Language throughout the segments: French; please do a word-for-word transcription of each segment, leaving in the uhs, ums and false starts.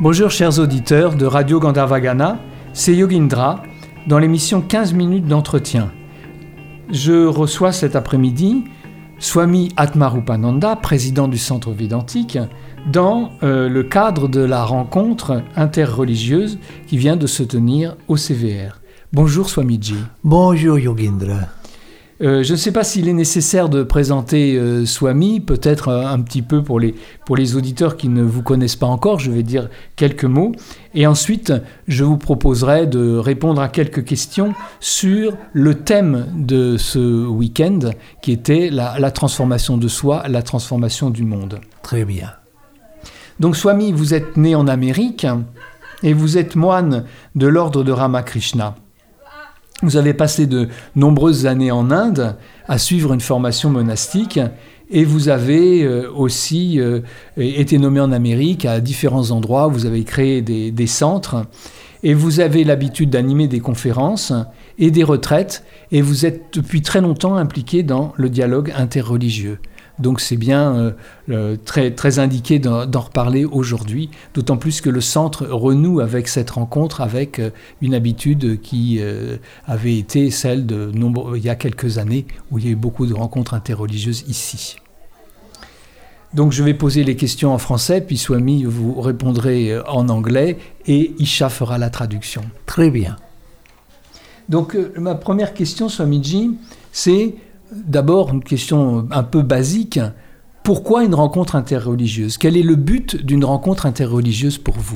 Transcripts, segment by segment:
Bonjour chers auditeurs de Radio Gandharvagana, c'est Yogendra dans l'émission quinze minutes d'entretien. Je reçois cet après-midi Swami Atmarupananda, président du Centre Védantique, dans euh, le cadre de la rencontre interreligieuse qui vient de se tenir au C V R. Bonjour Swamiji. Bonjour Yogendra. Euh, je ne sais pas s'il est nécessaire de présenter euh, Swami, peut-être euh, un petit peu pour les, pour les auditeurs qui ne vous connaissent pas encore, je vais dire quelques mots. Et ensuite, je vous proposerai de répondre à quelques questions sur le thème de ce week-end, qui était la, la transformation de soi, la transformation du monde. Très bien. Donc Swami, vous êtes né en Amérique et vous êtes moine de l'ordre de Ramakrishna. Vous avez passé de nombreuses années en Inde à suivre une formation monastique et vous avez euh, aussi euh, été nommé en Amérique à différents endroits. Vous avez créé des, des centres et vous avez l'habitude d'animer des conférences et des retraites et vous êtes depuis très longtemps impliqué dans le dialogue interreligieux. Donc c'est bien euh, euh, très, très indiqué d'en, d'en reparler aujourd'hui, d'autant plus que le centre renoue avec cette rencontre, avec euh, une habitude qui euh, avait été celle de nombre, il y a quelques années, où il y a eu beaucoup de rencontres interreligieuses ici. Donc je vais poser les questions en français, puis Swami, vous répondrez en anglais, et Isha fera la traduction. Très bien. Donc euh, ma première question, Swamiji, c'est... D'abord, une question un peu basique. Pourquoi une rencontre interreligieuse ? Quel est le but d'une rencontre interreligieuse pour vous ?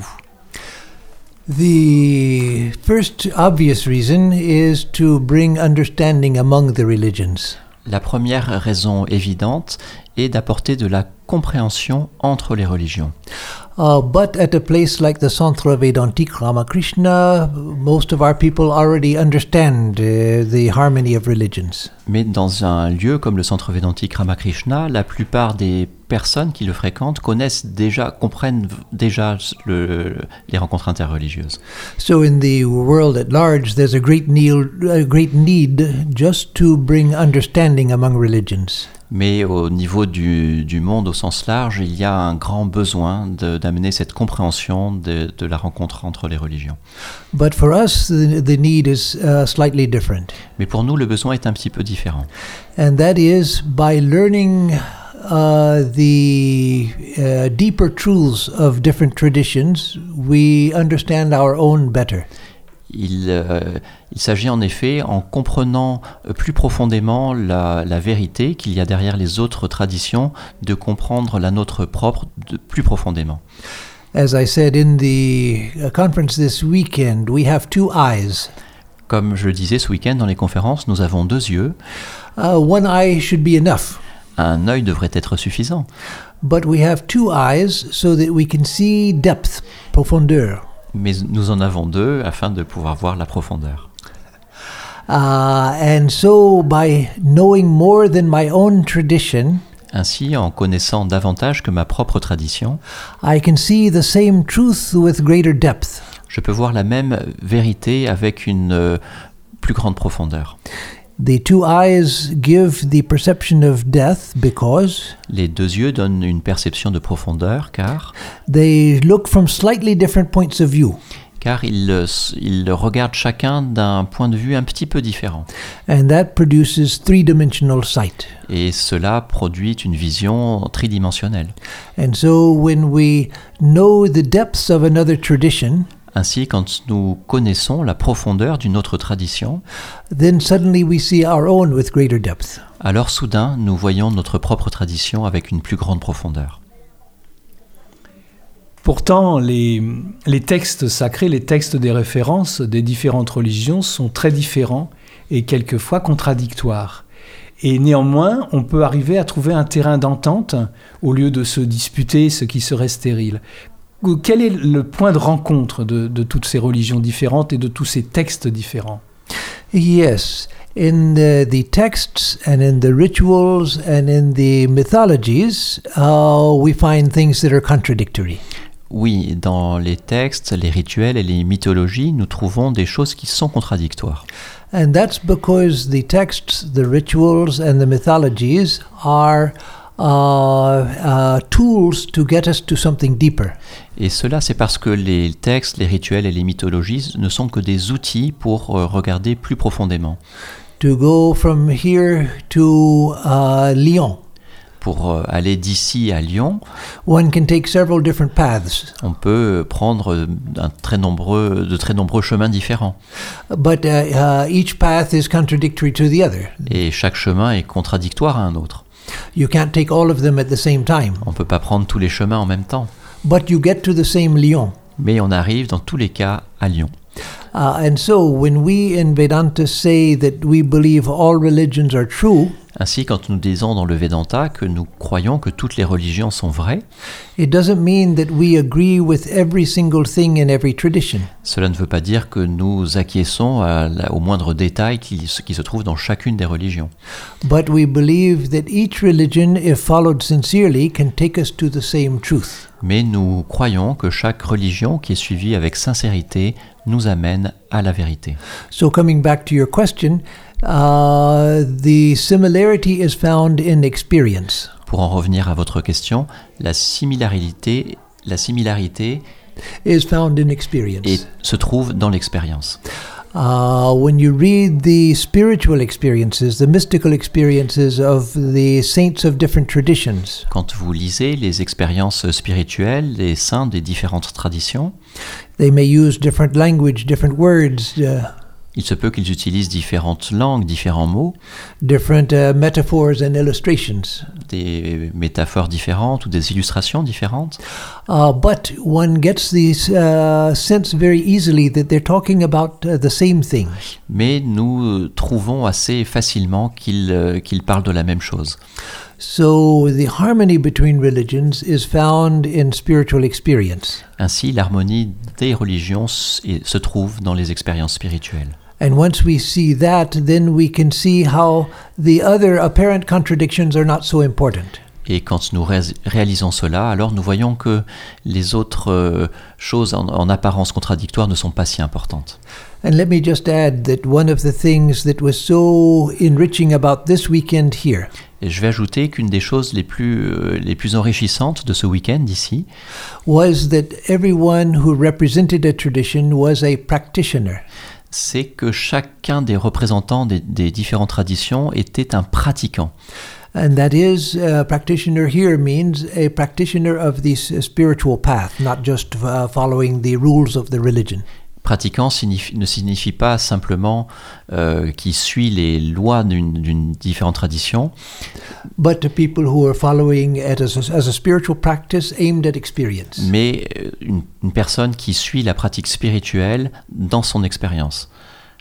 The first obvious reason is to bring understanding among the religions. La première raison évidente est d'apporter de la compréhension entre les religions. Uh, but at a place like the Centre Védantique Ramakrishna, most of our people already understand uh, the harmony of religions. Mais dans un lieu comme le Centre Védantique Ramakrishna, la plupart des personnes qui le fréquentent connaissent déjà, comprennent déjà le, les rencontres interreligieuses. So in the world at large, there's a great need, a great need just to bring understanding among religions. Mais au niveau du, du monde au sens large, il y a un grand besoin de, d'amener cette compréhension de, de la rencontre entre les religions. But for us, the, the need is uh, slightly different. Mais pour nous, le besoin est un petit peu différent. And that is by learning uh, the uh, deeper truths of different traditions, we understand our own better. Il, euh, il s'agit en effet, en comprenant plus profondément la, la vérité qu'il y a derrière les autres traditions, de comprendre la nôtre propre de, plus profondément. As I said in the conference this weekend, we have two eyes. Comme je le disais ce week-end dans les conférences, nous avons deux yeux. Uh, one eye should be enough. Un œil devrait être suffisant. But we have two eyes so that we can see depth, profondeur. Mais nous en avons deux afin de pouvoir voir la profondeur. Uh, and so by knowing more than my own tradition, ainsi, en connaissant davantage que ma propre tradition, I can see the same truth with greater depth. Je peux voir la même vérité avec une euh, plus grande profondeur. The two eyes give the perception of depth because les deux yeux donnent une perception de profondeur car they look from slightly different points of view. Car ils, ils regardent chacun d'un point de vue un petit peu différent. And that produces three-dimensional sight. Et cela produit une vision tridimensionnelle. And so when we know the depths of another tradition, ainsi, quand nous connaissons la profondeur d'une autre tradition, then suddenly we see our own with greater depth. Alors soudain, nous voyons notre propre tradition avec une plus grande profondeur. Pourtant, les, les textes sacrés, les textes des références des différentes religions sont très différents et quelquefois contradictoires. Et néanmoins, on peut arriver à trouver un terrain d'entente au lieu de se disputer, ce qui serait stérile. Quel est le point de rencontre de, de toutes ces religions différentes et de tous ces textes différents ? Yes, in the, the texts and in the rituals and in the mythologies, uh, we find things that are contradictory. Oui, dans les textes, les rituels et les mythologies, nous trouvons des choses qui sont contradictoires. And that's because the texts, the rituals and the mythologies are uh, uh, tools to get us to something deeper. Et cela, c'est parce que les textes, les rituels et les mythologies ne sont que des outils pour euh, regarder plus profondément. To go from here to uh, Lyon, Pour euh, aller d'ici à Lyon, one can take several different paths. on peut prendre un très nombreux, de très nombreux chemins différents. But uh, uh, each path is contradictory to the other. Et chaque chemin est contradictoire à un autre. You can't take all of them at the same time. On ne peut pas prendre tous les chemins en même temps. But you get to the same Lyon. Mais on arrive dans tous les cas à Lyon. Uh, and so when we in Vedanta say that we believe all religions are true, Ainsi, quand nous disons dans le Vedanta que nous croyons que toutes les religions sont vraies, it doesn't mean that we agree with every single thing in every tradition. cela ne veut pas dire que nous acquiesçons à la- au moindre détail qui, se- qui se trouve dans chacune des religions. But we believe that each religion, if followed sincerely, can take us to the same truth. Mais nous croyons que chaque religion qui est suivie avec sincérité nous amène à la vérité. So coming back to your question, uh, the similarity is found in experience. Pour en revenir à votre question, la similarité, la similarité Is found in experience. est- se trouve dans l'expérience. Uh, when you read the spiritual experiences, the mystical experiences of the saints of different traditions, Quand vous lisez les expériences spirituelles des saints des différentes traditions, they may use different language, different words, uh, il se peut qu'ils utilisent différentes langues, différents mots, different uh, metaphors and illustrations. des métaphores différentes ou des illustrations différentes. Uh, but one gets this uh, sense very easily that they're talking about uh, the same thing. Mais nous trouvons assez facilement qu'ils euh, qu'ils parlent de la même chose. So the harmony between religions is found in spiritual experience. Ainsi, l'harmonie des religions s- et- se trouve dans les expériences spirituelles. And once we see that, then we can see how the other apparent contradictions are not so important. Et quand nous ré- réalisons cela, alors nous voyons que les autres euh, choses en, en apparence contradictoires ne sont pas si importantes. And let me just add that one of the things that was so enriching about this weekend here Et je vais ajouter qu'une des choses les plus, euh, les plus enrichissantes de ce week-end ici, was that everyone who represented a tradition was a practitioner. c'est que chacun des représentants des, des différentes traditions était un pratiquant. And that is, a practitioner here means a practitioner of this uh, spiritual path, not just uh, following the rules of the religion. Pratiquant signifie- ne signifie pas simplement euh, qui suit les lois d'une, d'une différente tradition, But to people who are following it as a, as a spiritual practice aimed at experience. mais euh, une, une personne qui suit la pratique spirituelle dans son expérience.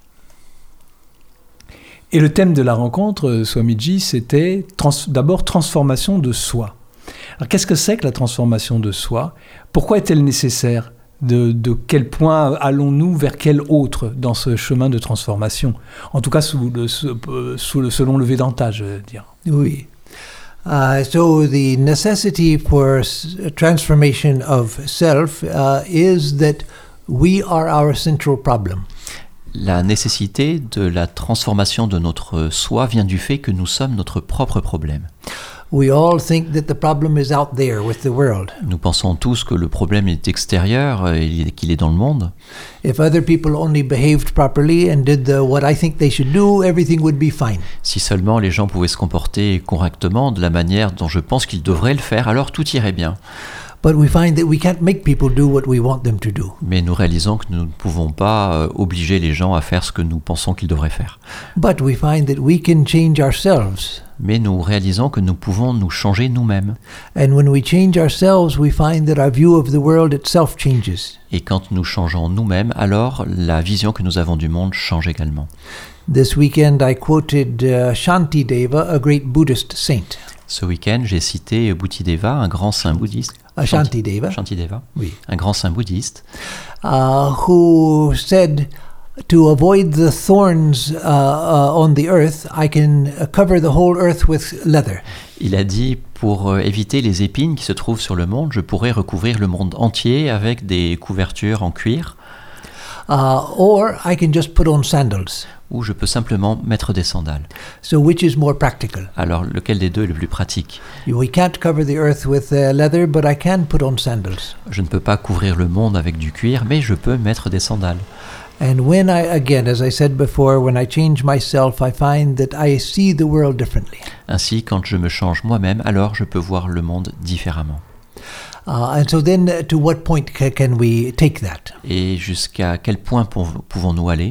Et le thème de la rencontre, euh, Swamiji, c'était trans- d'abord transformation de soi. Alors qu'est-ce que c'est que la transformation de soi ? Pourquoi est-elle nécessaire ? de, de quel point allons-nous vers quel autre dans ce chemin de transformation ? En tout cas, sous le, sous le, selon le Vedanta, je veux dire. Oui. Uh, so the necessity for s- transformation of self uh, is that we are our central problem. La nécessité de la transformation de notre soi vient du fait que nous sommes notre propre problème. We all think that the problem is out there with the world. Nous pensons tous que le problème est extérieur et qu'il est dans le monde. If other people only behaved properly and did the, what I think they should do, everything would be fine. Si seulement les gens pouvaient se comporter correctement de la manière dont je pense qu'ils devraient le faire, alors tout irait bien. But we find that we can't make people do what we want them to do. Mais nous réalisons que nous ne pouvons pas euh, obliger les gens à faire ce que nous pensons qu'ils devraient faire. But we find that we can change ourselves. Mais nous réalisons que nous pouvons nous changer nous-mêmes. And when we change ourselves, we find that our view of the world itself changes. Et quand nous changeons nous-mêmes, alors la vision que nous avons du monde change également. This weekend I quoted uh, Shantideva, a great Buddhist saint. Ce week-end, j'ai cité Bodhideva, un grand saint bouddhiste. Uh, Shantideva, Shantideva, oui. un grand saint bouddhiste, uh, who said, to avoid the thorns uh, uh, on the earth, I can uh, cover the whole earth with leather. Il a dit, pour euh, éviter les épines qui se trouvent sur le monde, je pourrais recouvrir le monde entier avec des couvertures en cuir. Uh, or I can just put on sandals. Ou je peux simplement mettre des sandales. So which is more practical? Alors, lequel des deux est le plus pratique? We can't cover the earth with uh, leather, but I can put on sandals. Je ne peux pas couvrir le monde avec du cuir, mais je peux mettre des sandales. And when I, again, as I said before, when I change myself, I find that I see the world differently. Ainsi, quand je me change moi-même, alors je peux voir le monde différemment. Uh, and so then, uh, to what point ca- can we take that? Et jusqu'à quel point pou- pouvons-nous aller?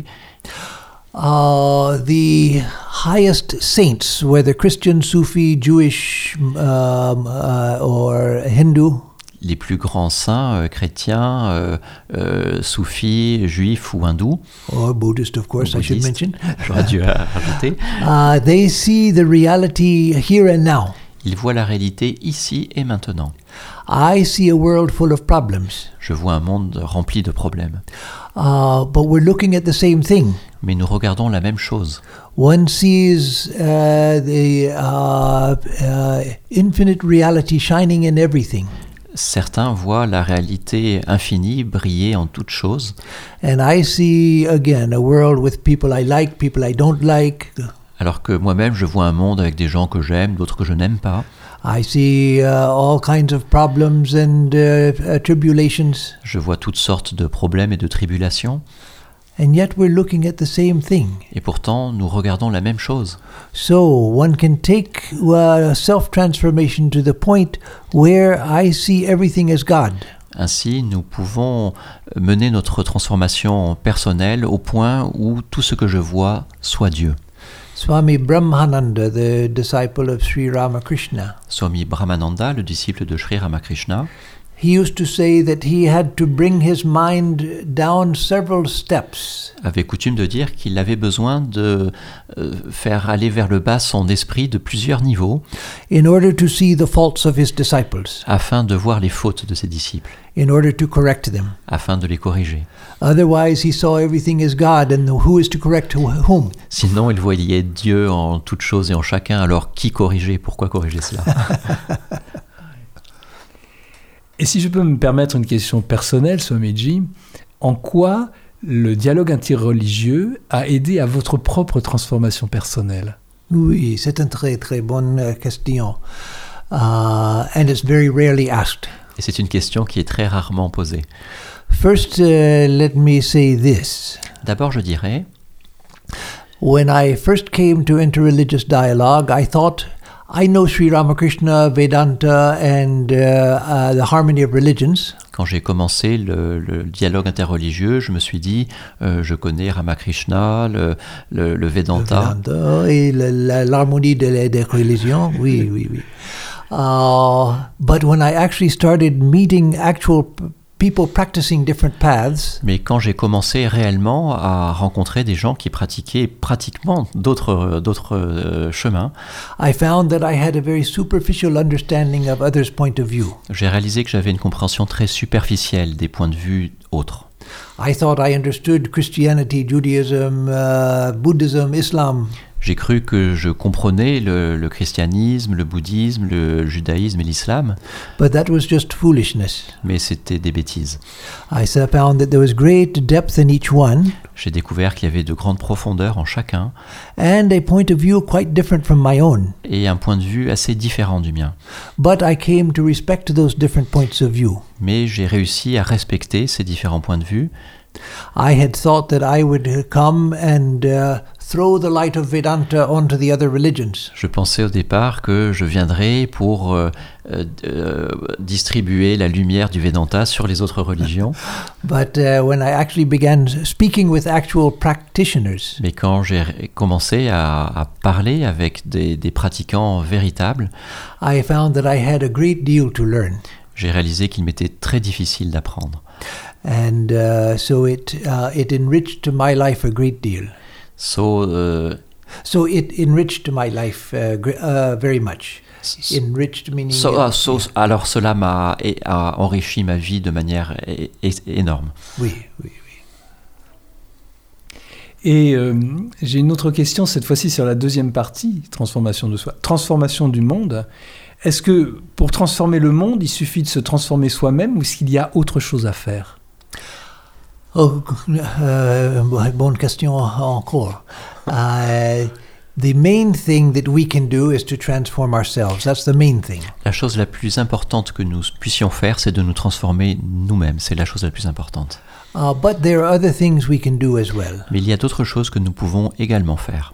Uh, the highest saints, whether Christian, Sufi, Jewish, um, uh, or Hindu, Les plus grands saints, euh, chrétiens, euh, euh, soufis, juifs ou hindous, or Buddhist, of course, I should bouddhistes, mention, j'aurais dû euh, rajouter, uh, they see the reality here and now. ils voient la réalité ici et maintenant. I see a world full of problems, Je vois un monde rempli de problèmes. uh, but we're looking at the same thing. Mais nous regardons la même chose. One sees uh, the uh, uh, infinite reality shining in everything. Certains voient la réalité infinie briller en toutes choses. And I see, again, a world with people I like, people I don't like. Alors que moi-même, je vois un monde avec des gens que j'aime, d'autres que je n'aime pas. I see uh, all kinds of problems and uh, uh, tribulations. Je vois toutes sortes de problèmes et de tribulations. And yet we're looking at the same thing. Et pourtant, nous regardons la même chose. So one can take uh, self-transformation to the point where I see everything as God. Ainsi, nous pouvons mener notre transformation personnelle au point où tout ce que je vois soit Dieu. Swami Brahmananda, the disciple of Sri Ramakrishna, Swami Brahmananda, le disciple de Sri Ramakrishna, he used to say that he had to bring his mind down several steps avait coutume de dire qu'il avait besoin de euh, faire aller vers le bas son esprit de plusieurs niveaux in order to see the faults of his disciples, afin de voir les fautes de ses disciples, in order to correct them. afin de les corriger. Otherwise, he saw everything as God, and who is to correct whom? Sinon, il voyait Dieu en toutes choses et en chacun, alors qui corriger? Pourquoi corriger cela? Et si je peux me permettre une question personnelle, Swamiji, en quoi le dialogue interreligieux a aidé à votre propre transformation personnelle? Oui, c'est une très très bonne euh, question, uh, and it's very rarely asked. Et c'est une question qui est très rarement posée. First, uh, let me say this. D'abord, je dirais, When I first came to interreligious dialogue, I thought, I know Sri Ramakrishna, Vedanta, and uh, uh, the harmony of religions. quand j'ai commencé le, le dialogue interreligieux, je me suis dit, euh, je connais Ramakrishna, le, le, le Vedanta. Le Vedanta et le- la- l'harmonie de- des religions, oui, oui, oui. Uh, but when I actually started meeting actual p- people practicing different paths, Mais quand j'ai commencé réellement à rencontrer des gens qui pratiquaient pratiquement d'autres, d'autres euh, chemins, I found that I had a very superficial understanding of others' point of view. j'ai réalisé que j'avais une compréhension très superficielle des points de vue autres. I thought I understood Christianity, Judaism, uh, Buddhism, Islam. J'ai cru que je comprenais le, le christianisme, le bouddhisme, le judaïsme et l'islam, But that was just foolishness. mais c'était des bêtises. I s- found that there was great depth in each one, J'ai découvert qu'il y avait de grandes profondeurs en chacun and a point of view quite different from my own. et un point de vue assez différent du mien. But I came to respect those different points of view. Mais j'ai réussi à respecter ces différents points de vue. I had thought that I would uh, come and uh, throw the light of Vedanta onto the other religions. Je pensais au départ que je viendrais pour euh, euh, euh, distribuer la lumière du Vedanta sur les autres religions. But uh, when I actually began speaking with actual practitioners, Mais quand j'ai commencé à, à parler avec des, des pratiquants véritables, I found that I had a great deal to learn. j'ai réalisé qu'il m'était très difficile d'apprendre. And uh, so it, uh, it enriched my life a great deal. So, euh, So it enriched my life uh, gr- uh, very much. s- Enriched meaning... so- uh, ah, so- alors cela m'a é- a enrichi ma vie de manière é- é- énorme. Oui, oui, oui. Et euh, j'ai une autre question, cette fois-ci sur la deuxième partie, transformation de soi, transformation du monde. Est-ce que pour transformer le monde, il suffit de se transformer soi-même ou est-ce qu'il y a autre chose à faire? Oh, euh, bonne question encore. Uh, the main thing that we can do is to transform ourselves. That's the main thing. La chose la plus importante que nous puissions faire, c'est de nous transformer nous-mêmes. C'est la chose la plus importante. Uh, but there are other things we can do as well. Mais il y a d'autres choses que nous pouvons également faire.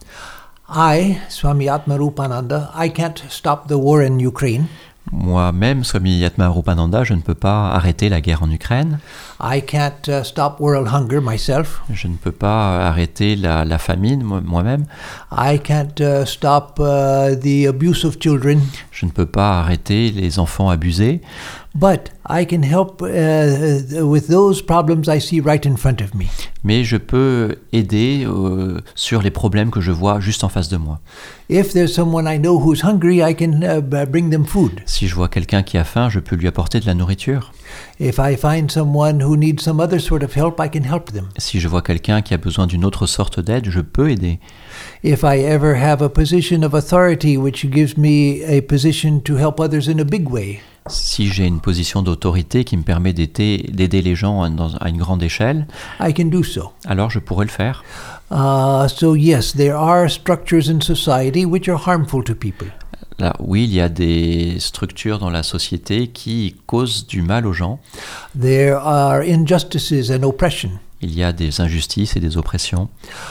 I, Swami Atmarupananda, I can't stop the war in Ukraine. Moi-même, Swami Atmarupananda, je ne peux pas arrêter la guerre en Ukraine. I can't uh, stop world hunger myself. Je ne peux pas arrêter la, la famine moi-même. I can't uh, stop uh, the abuse of children. Je ne peux pas arrêter les enfants abusés. But I can help uh, with those problems I see right in front of me. Mais je peux aider euh, sur les problèmes que je vois juste en face de moi. If there's someone I know who's hungry, I can uh, bring them food. Si je vois quelqu'un qui a faim, je peux lui apporter de la nourriture. If I find someone who needs some other sort of help, I can help them. Si je vois quelqu'un qui a besoin d'une autre sorte d'aide, je peux aider. If I ever have a position of authority which gives me a position to help others in a big way. Si j'ai une position d'autorité qui me permet d'aider, d'aider les gens dans, à une grande échelle, I can do so. Alors je pourrais le faire. Uh, so yes, there are structures in society which are harmful to people. Là, oui, il y a des structures dans la société qui causent du mal aux gens. There are injustices and oppression. Il y a des injustices et des oppressions.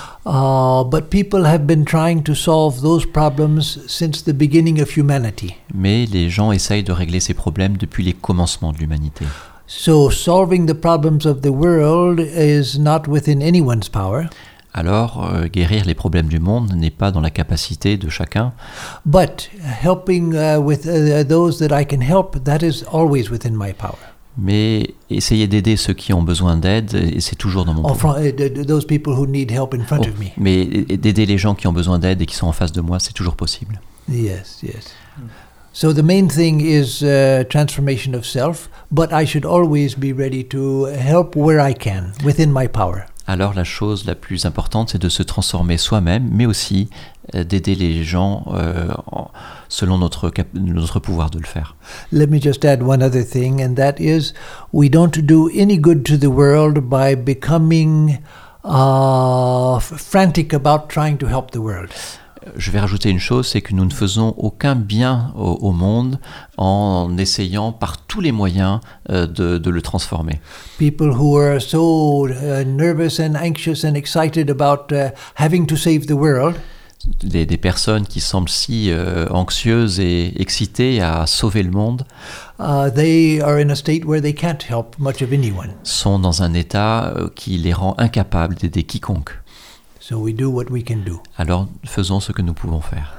Uh, but people have been trying to solve those problems since the beginning of humanity. Mais les gens essayent de régler ces problèmes depuis les commencements de l'humanité. So solving the problems of the world is not within anyone's power. Alors, euh, guérir les problèmes du monde n'est pas dans la capacité de chacun. But helping uh, with uh, those that I can help, that is always within my power. Mais essayer d'aider ceux qui ont besoin d'aide, et c'est toujours dans mon Or pouvoir. from, uh, those people who need help in front Oh, of me. mais d'aider les gens qui ont besoin d'aide et qui sont en face de moi, c'est toujours possible. Yes, yes. So the main thing is uh, transformation of self, but I should always be ready to help where I can, within my power. Alors la chose la plus importante, c'est de se transformer soi-même, mais aussi euh, d'aider les gens euh, en, selon notre, cap- notre pouvoir de le faire. Let me just add one other thing, and that is we don't do any good to the world by becoming uh, f- frantic about trying to help the world. Je vais rajouter une chose, c'est que nous ne faisons aucun bien au, au monde en essayant par tous les moyens euh, de, de le transformer. People who are so uh, nervous and anxious and excited about uh, having to save the world. Des, des personnes qui semblent si euh, anxieuses et excitées à sauver le monde Uh, they are in a state where they can't help much of anyone. sont dans un état euh, qui les rend incapables d'aider quiconque. So we do what we can do. Alors faisons ce que nous pouvons faire.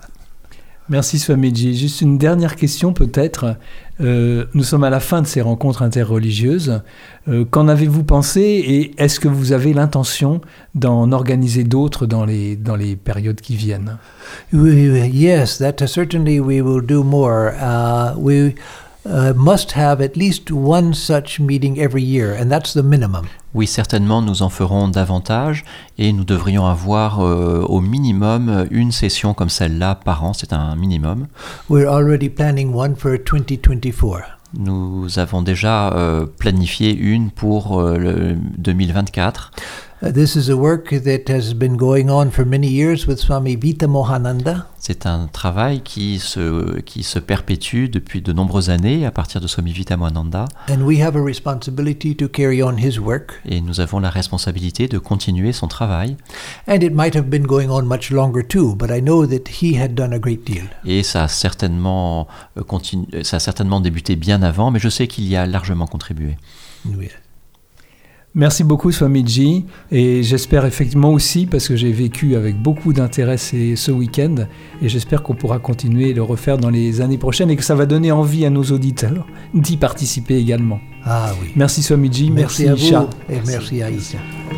Merci Swamiji. Juste une dernière question peut-être. Euh, nous sommes à la fin de ces rencontres interreligieuses. Euh, qu'en avez-vous pensé et est-ce que vous avez l'intention d'en organiser d'autres dans les, dans les périodes qui viennent? We, yes, that uh, certainly we will do more. Uh, we uh, must have at least one such meeting every year, and that's the minimum. Oui, certainement, nous en ferons davantage et nous devrions avoir euh, au minimum une session comme celle-là par an, c'est un minimum. We're already planning one for twenty twenty-four. Nous avons déjà euh, planifié une pour euh, le deux mille vingt-quatre. Uh, this is a work that has been going on for many years with Swami Vitamohananda. C'est un travail qui se, qui se perpétue depuis de nombreuses années à partir de Swami Vitamohananda. And we have a responsibility to carry on his work. Et nous avons la responsabilité de continuer son travail. And it might have been going on much longer too, but I know that he had done a great deal. Et ça a certainement, euh, continu, ça a certainement débuté bien avant, mais je sais qu'il y a largement contribué. Oui. Merci beaucoup Swamiji et j'espère effectivement aussi, parce que j'ai vécu avec beaucoup d'intérêt ces- ce week-end et j'espère qu'on pourra continuer et le refaire dans les années prochaines et que ça va donner envie à nos auditeurs d'y participer également. Ah oui. Merci Swamiji, Merci, merci, à Isha. vous et merci à Isha.